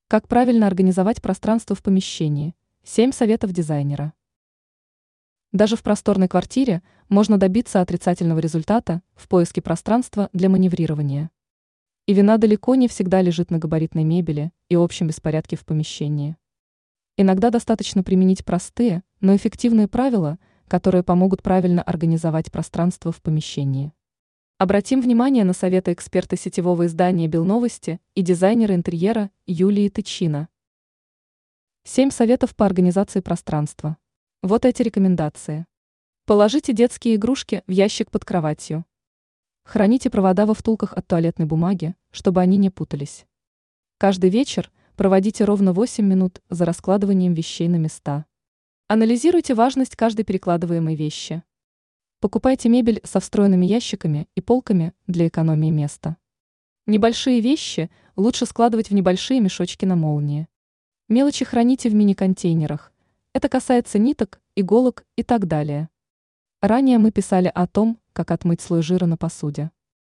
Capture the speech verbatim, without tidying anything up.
Как правильно организовать пространство в помещении? семь советов дизайнера. Даже в просторной квартире можно добиться отрицательного результата в поиске пространства для маневрирования. И вина далеко не всегда лежит на габаритной мебели и общем беспорядке в помещении. Иногда достаточно применить простые, но эффективные правила, которые помогут правильно организовать пространство в помещении. Обратим внимание на советы эксперта сетевого издания «Белновости» и дизайнера интерьера Юлии Тычина. Семь советов по организации пространства. Вот эти рекомендации. Положите детские игрушки в ящик под кроватью. Храните провода во втулках от туалетной бумаги, чтобы они не путались. Каждый вечер проводите ровно восемь минут за раскладыванием вещей на места. Анализируйте важность каждой перекладываемой вещи. Покупайте мебель со встроенными ящиками и полками для экономии места. Небольшие вещи лучше складывать в небольшие мешочки на молнии. Мелочи храните в мини-контейнерах. Это касается ниток, иголок и так далее. Ранее мы писали о том, как отмыть слой жира на посуде.